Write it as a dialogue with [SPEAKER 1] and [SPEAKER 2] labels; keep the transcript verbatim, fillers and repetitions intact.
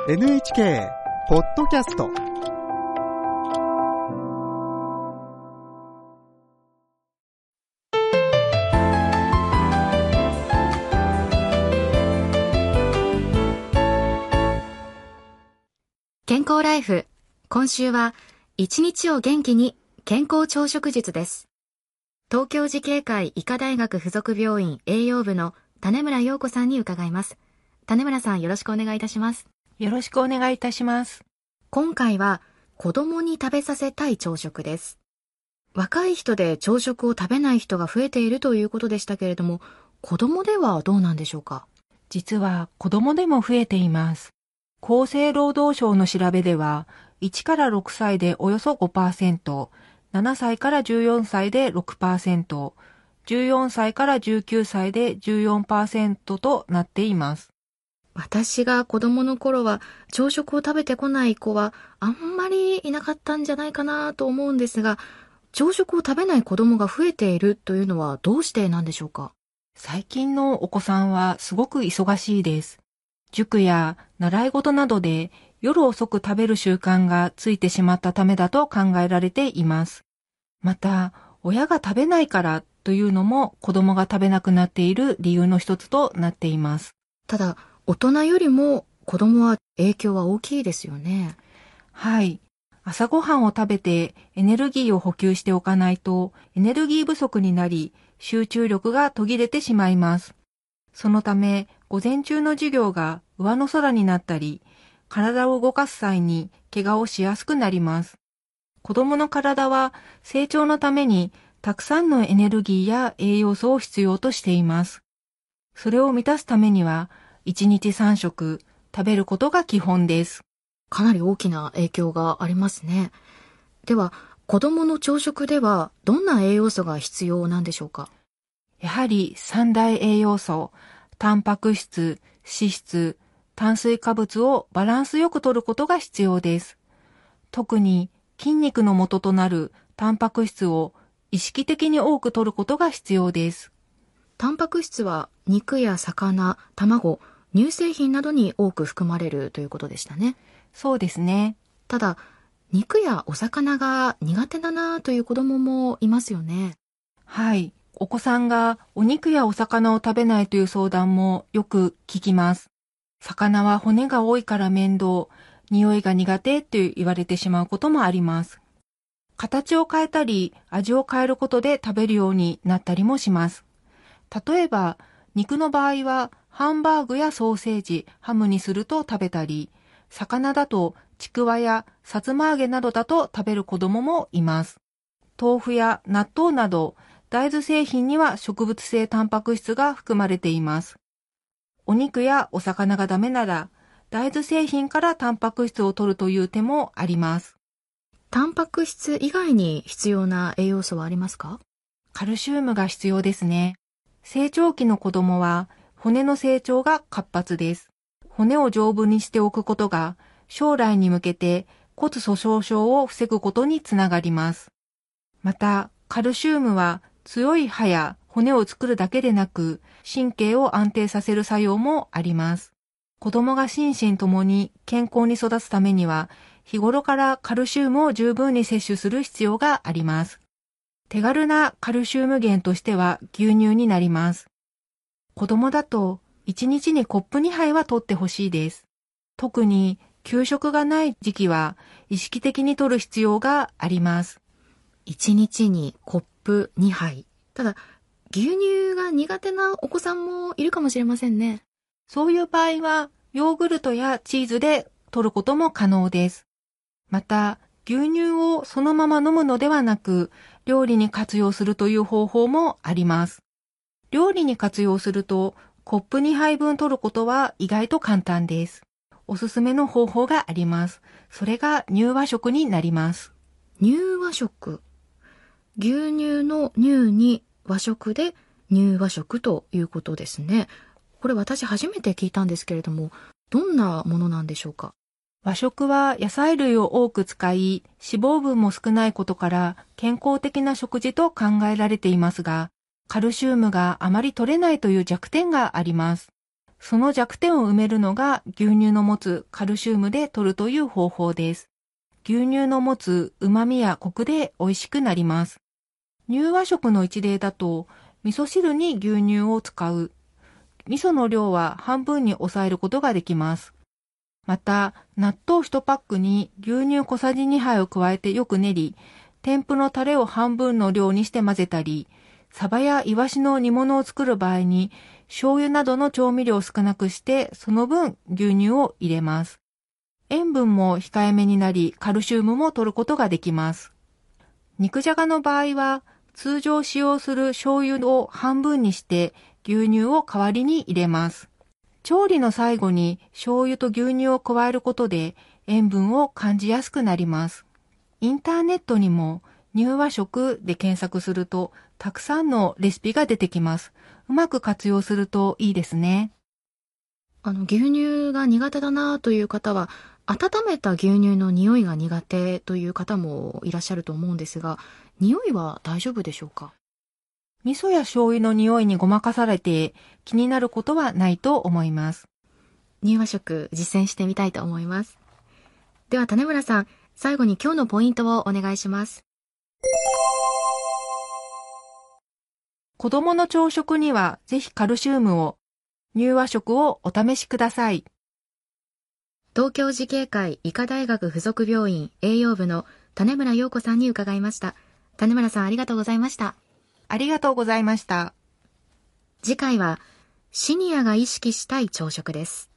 [SPEAKER 1] エヌエイチケー ポッドキャスト。
[SPEAKER 2] 健康ライフ。今週は一日を元気に健康朝食術です。東京慈恵会医科大学附属病院栄養部の種村陽子さんに伺います。種村さん、よろしくお願いいたします。
[SPEAKER 3] よろしくお願いいたします。
[SPEAKER 2] 今回は子供に食べさせたい朝食です。若い人で朝食を食べない人が増えているということでしたけれども、子供ではどうなんでしょうか？
[SPEAKER 3] 実は子供でも増えています。厚生労働省の調べでは、いちからろくさいでおよそ ごパーセント、ななさいからじゅうよんさいで ろくパーセント、じゅうよんさいからじゅうきゅうさいで じゅうよんパーセント となっています。
[SPEAKER 2] 私が子供の頃は朝食を食べてこない子はあんまりいなかったんじゃないかなと思うんですが、朝食を食べない子供が増えているというのはどうしてなんでしょうか？
[SPEAKER 3] 最近のお子さんはすごく忙しいです。塾や習い事などで夜遅く食べる習慣がついてしまったためだと考えられています。また、親が食べないからというのも子供が食べなくなっている理由の一つとなっています。
[SPEAKER 2] ただ、大人よりも子供は影響は大きいですよね。
[SPEAKER 3] はい。朝ごはんを食べてエネルギーを補給しておかないとエネルギー不足になり集中力が途切れてしまいます。そのため午前中の授業が上の空になったり体を動かす際に怪我をしやすくなります。子供の体は成長のためにたくさんのエネルギーや栄養素を必要としています。それを満たすためにはいちにちさんしょく食べることが基本です。
[SPEAKER 2] かなり大きな影響がありますね。では、子供の朝食ではどんな栄養素が必要なんでしょうか？
[SPEAKER 3] やはり三大栄養素、タンパク質、脂質、炭水化物をバランスよく摂ることが必要です。特に筋肉の元となるタンパク質を意識的に多く摂ることが必要です。
[SPEAKER 2] タンパク質は肉や魚、卵、乳製品などに多く含まれるということでしたね。
[SPEAKER 3] そうですね。
[SPEAKER 2] ただ、肉やお魚が苦手だなという子供もいますよね。
[SPEAKER 3] はい。お子さんがお肉やお魚を食べないという相談もよく聞きます。魚は骨が多いから面倒、匂いが苦手と言われてしまうこともあります。形を変えたり、味を変えることで食べるようになったりもします。例えば、肉の場合はハンバーグやソーセージ、ハムにすると食べたり、魚だとちくわやさつま揚げなどだと食べる子供もいます。豆腐や納豆など大豆製品には植物性タンパク質が含まれています。お肉やお魚がダメなら大豆製品からタンパク質を摂るという手もあります。
[SPEAKER 2] タンパク質以外に必要な栄養素はありますか？
[SPEAKER 3] カルシウムが必要ですね。成長期の子供は骨の成長が活発です。骨を丈夫にしておくことが将来に向けて骨粗鬆症を防ぐことにつながります。また、カルシウムは強い歯や骨を作るだけでなく、神経を安定させる作用もあります。子供が心身ともに健康に育つためには、日頃からカルシウムを十分に摂取する必要があります。手軽なカルシウム源としては牛乳になります。子供だといちにちにコップにはいは取ってほしいです。特に給食がない時期は意識的に摂る必要があります。
[SPEAKER 2] いちにちにコップにはい。ただ、牛乳が苦手なお子さんもいるかもしれませんね。
[SPEAKER 3] そういう場合はヨーグルトやチーズで摂ることも可能です。また、牛乳をそのまま飲むのではなく、料理に活用するという方法もあります。料理に活用すると、コップにはいぶん摂ることは意外と簡単です。おすすめの方法があります。それが乳和食になります。
[SPEAKER 2] 乳和食。牛乳の乳に和食で乳和食ということですね。これ私初めて聞いたんですけれども、どんなものなんでしょうか？
[SPEAKER 3] 和食は野菜類を多く使い、脂肪分も少ないことから健康的な食事と考えられていますが、カルシウムがあまり取れないという弱点があります。 その弱点を埋めるのが牛乳の持つカルシウムで摂るという方法です。牛乳の持つ旨味やコクで美味しくなります。乳和食の一例だと、味噌汁に牛乳を使う。味噌の量は半分に抑えることができます。また、納豆いちパックに牛乳小さじにはいを加えてよく練り、添付のタレを半分の量にして混ぜたり、サバやイワシの煮物を作る場合に、醤油などの調味料を少なくして、その分牛乳を入れます。塩分も控えめになり、カルシウムも摂ることができます。肉じゃがの場合は、通常使用する醤油を半分にして、牛乳を代わりに入れます。調理の最後に醤油と牛乳を加えることで塩分を感じやすくなります。インターネットにも乳和食で検索するとたくさんのレシピが出てきます。うまく活用するといいですね。
[SPEAKER 2] あの、牛乳が苦手だなという方は、温めた牛乳の匂いが苦手という方もいらっしゃると思うんですが、匂いは大丈夫でしょうか？
[SPEAKER 3] 味噌や醤油の匂いにごまかされて気になることはないと思います。
[SPEAKER 2] 乳和食実践してみたいと思います。では種村さん、最後に今日のポイントをお願いします。
[SPEAKER 3] 子供の朝食にはぜひカルシウムを。乳和食をお試しください。
[SPEAKER 2] 東京慈恵会医科大学附属病院栄養部の種村陽子さんに伺いました。種村さん、ありがとうございました。
[SPEAKER 3] ありがとうございました。
[SPEAKER 2] 次回はシニアが意識したい朝食です。